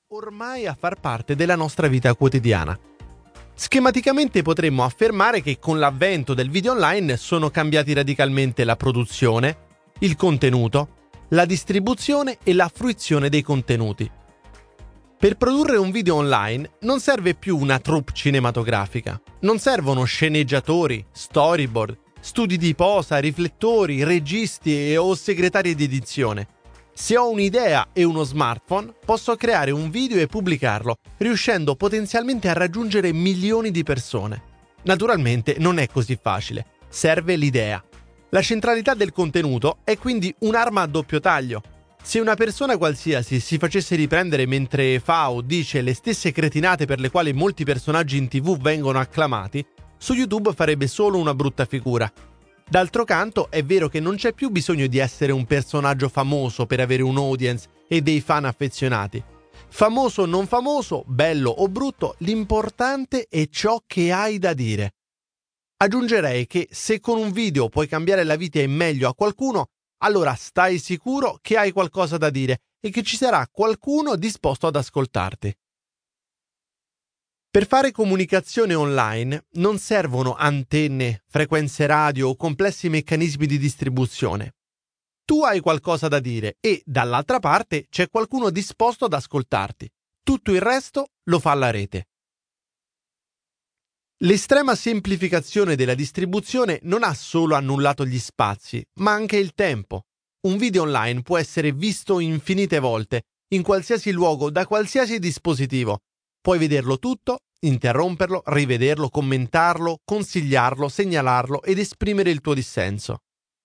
ormai a far parte della nostra vita quotidiana. Schematicamente potremmo affermare che con l'avvento del video online sono cambiati radicalmente la produzione, il contenuto, la distribuzione e la fruizione dei contenuti. Per produrre un video online non serve più una troupe cinematografica, non servono sceneggiatori, storyboard, studi di posa, riflettori, registi o segretari di edizione. Se ho un'idea e uno smartphone, posso creare un video e pubblicarlo, riuscendo potenzialmente a raggiungere milioni di persone. Naturalmente non è così facile, serve l'idea. La centralità del contenuto è quindi un'arma a doppio taglio. Se una persona qualsiasi si facesse riprendere mentre fa o dice le stesse cretinate per le quali molti personaggi in TV vengono acclamati, su YouTube farebbe solo una brutta figura. D'altro canto, è vero che non c'è più bisogno di essere un personaggio famoso per avere un audience e dei fan affezionati. Famoso o non famoso, bello o brutto, l'importante è ciò che hai da dire. Aggiungerei che se con un video puoi cambiare la vita in meglio a qualcuno, allora stai sicuro che hai qualcosa da dire e che ci sarà qualcuno disposto ad ascoltarti. Per fare comunicazione online non servono antenne, frequenze radio o complessi meccanismi di distribuzione. Tu hai qualcosa da dire e, dall'altra parte, c'è qualcuno disposto ad ascoltarti. Tutto il resto lo fa la rete. L'estrema semplificazione della distribuzione non ha solo annullato gli spazi, ma anche il tempo. Un video online può essere visto infinite volte, in qualsiasi luogo, da qualsiasi dispositivo. Puoi vederlo tutto, interromperlo, rivederlo, commentarlo, consigliarlo, segnalarlo ed esprimere il tuo dissenso.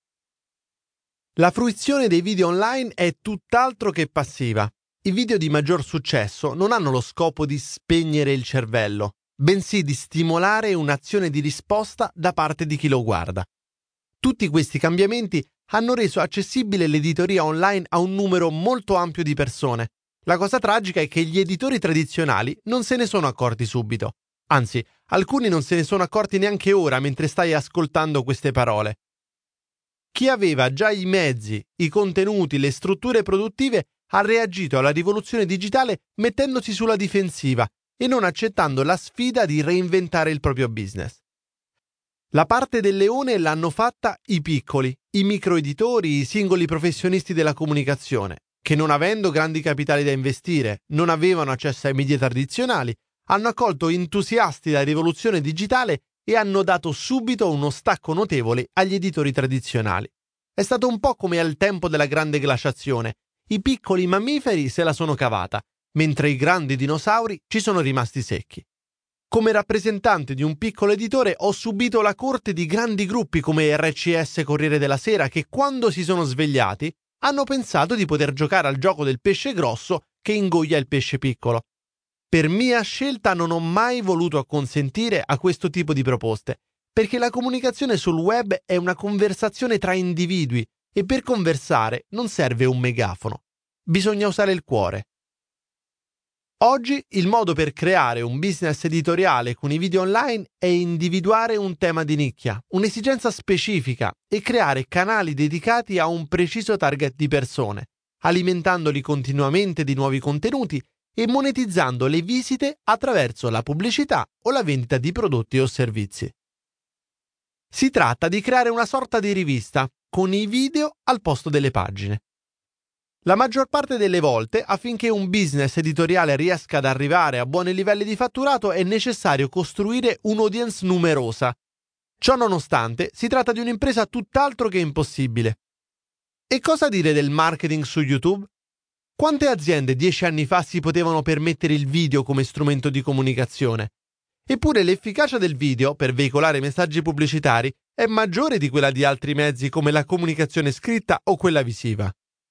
La fruizione dei video online è tutt'altro che passiva. I video di maggior successo non hanno lo scopo di spegnere il cervello, bensì di stimolare un'azione di risposta da parte di chi lo guarda. Tutti questi cambiamenti hanno reso accessibile l'editoria online a un numero molto ampio di persone. La cosa tragica è che gli editori tradizionali non se ne sono accorti subito. Anzi, alcuni non se ne sono accorti neanche ora mentre stai ascoltando queste parole. Chi aveva già i mezzi, i contenuti, le strutture produttive ha reagito alla rivoluzione digitale mettendosi sulla difensiva e non accettando la sfida di reinventare il proprio business. La parte del leone l'hanno fatta i piccoli, i microeditori, i singoli professionisti della comunicazione, che non avendo grandi capitali da investire, non avevano accesso ai media tradizionali, hanno accolto entusiasti la rivoluzione digitale e hanno dato subito uno stacco notevole agli editori tradizionali. È stato un po' come al tempo della grande glaciazione. I piccoli mammiferi se la sono cavata, mentre i grandi dinosauri ci sono rimasti secchi. Come rappresentante di un piccolo editore ho subito la corte di grandi gruppi come RCS Corriere della Sera che quando si sono svegliati hanno pensato di poter giocare al gioco del pesce grosso che ingoia il pesce piccolo. Per mia scelta non ho mai voluto acconsentire a questo tipo di proposte, perché la comunicazione sul web è una conversazione tra individui e per conversare non serve un megafono. Bisogna usare il cuore. Oggi il modo per creare un business editoriale con i video online è individuare un tema di nicchia, un'esigenza specifica e creare canali dedicati a un preciso target di persone, alimentandoli continuamente di nuovi contenuti e monetizzando le visite attraverso la pubblicità o la vendita di prodotti o servizi. Si tratta di creare una sorta di rivista con i video al posto delle pagine. La maggior parte delle volte, affinché un business editoriale riesca ad arrivare a buoni livelli di fatturato, è necessario costruire un'audience numerosa. Ciò nonostante, si tratta di un'impresa tutt'altro che impossibile. E cosa dire del marketing su YouTube? Quante aziende 10 anni fa si potevano permettere il video come strumento di comunicazione? Eppure l'efficacia del video per veicolare messaggi pubblicitari è maggiore di quella di altri mezzi come la comunicazione scritta o quella visiva.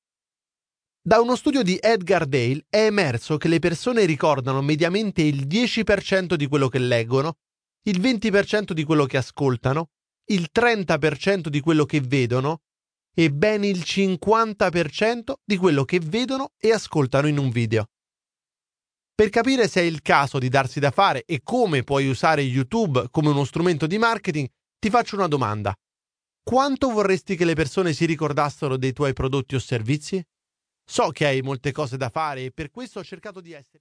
Da uno studio di Edgar Dale è emerso che le persone ricordano mediamente il 10% di quello che leggono, il 20% di quello che ascoltano, il 30% di quello che vedono e ben il 50% di quello che vedono e ascoltano in un video. Per capire se è il caso di darsi da fare e come puoi usare YouTube come uno strumento di marketing, ti faccio una domanda. Quanto vorresti che le persone si ricordassero dei tuoi prodotti o servizi? So che hai molte cose da fare e per questo ho cercato di essere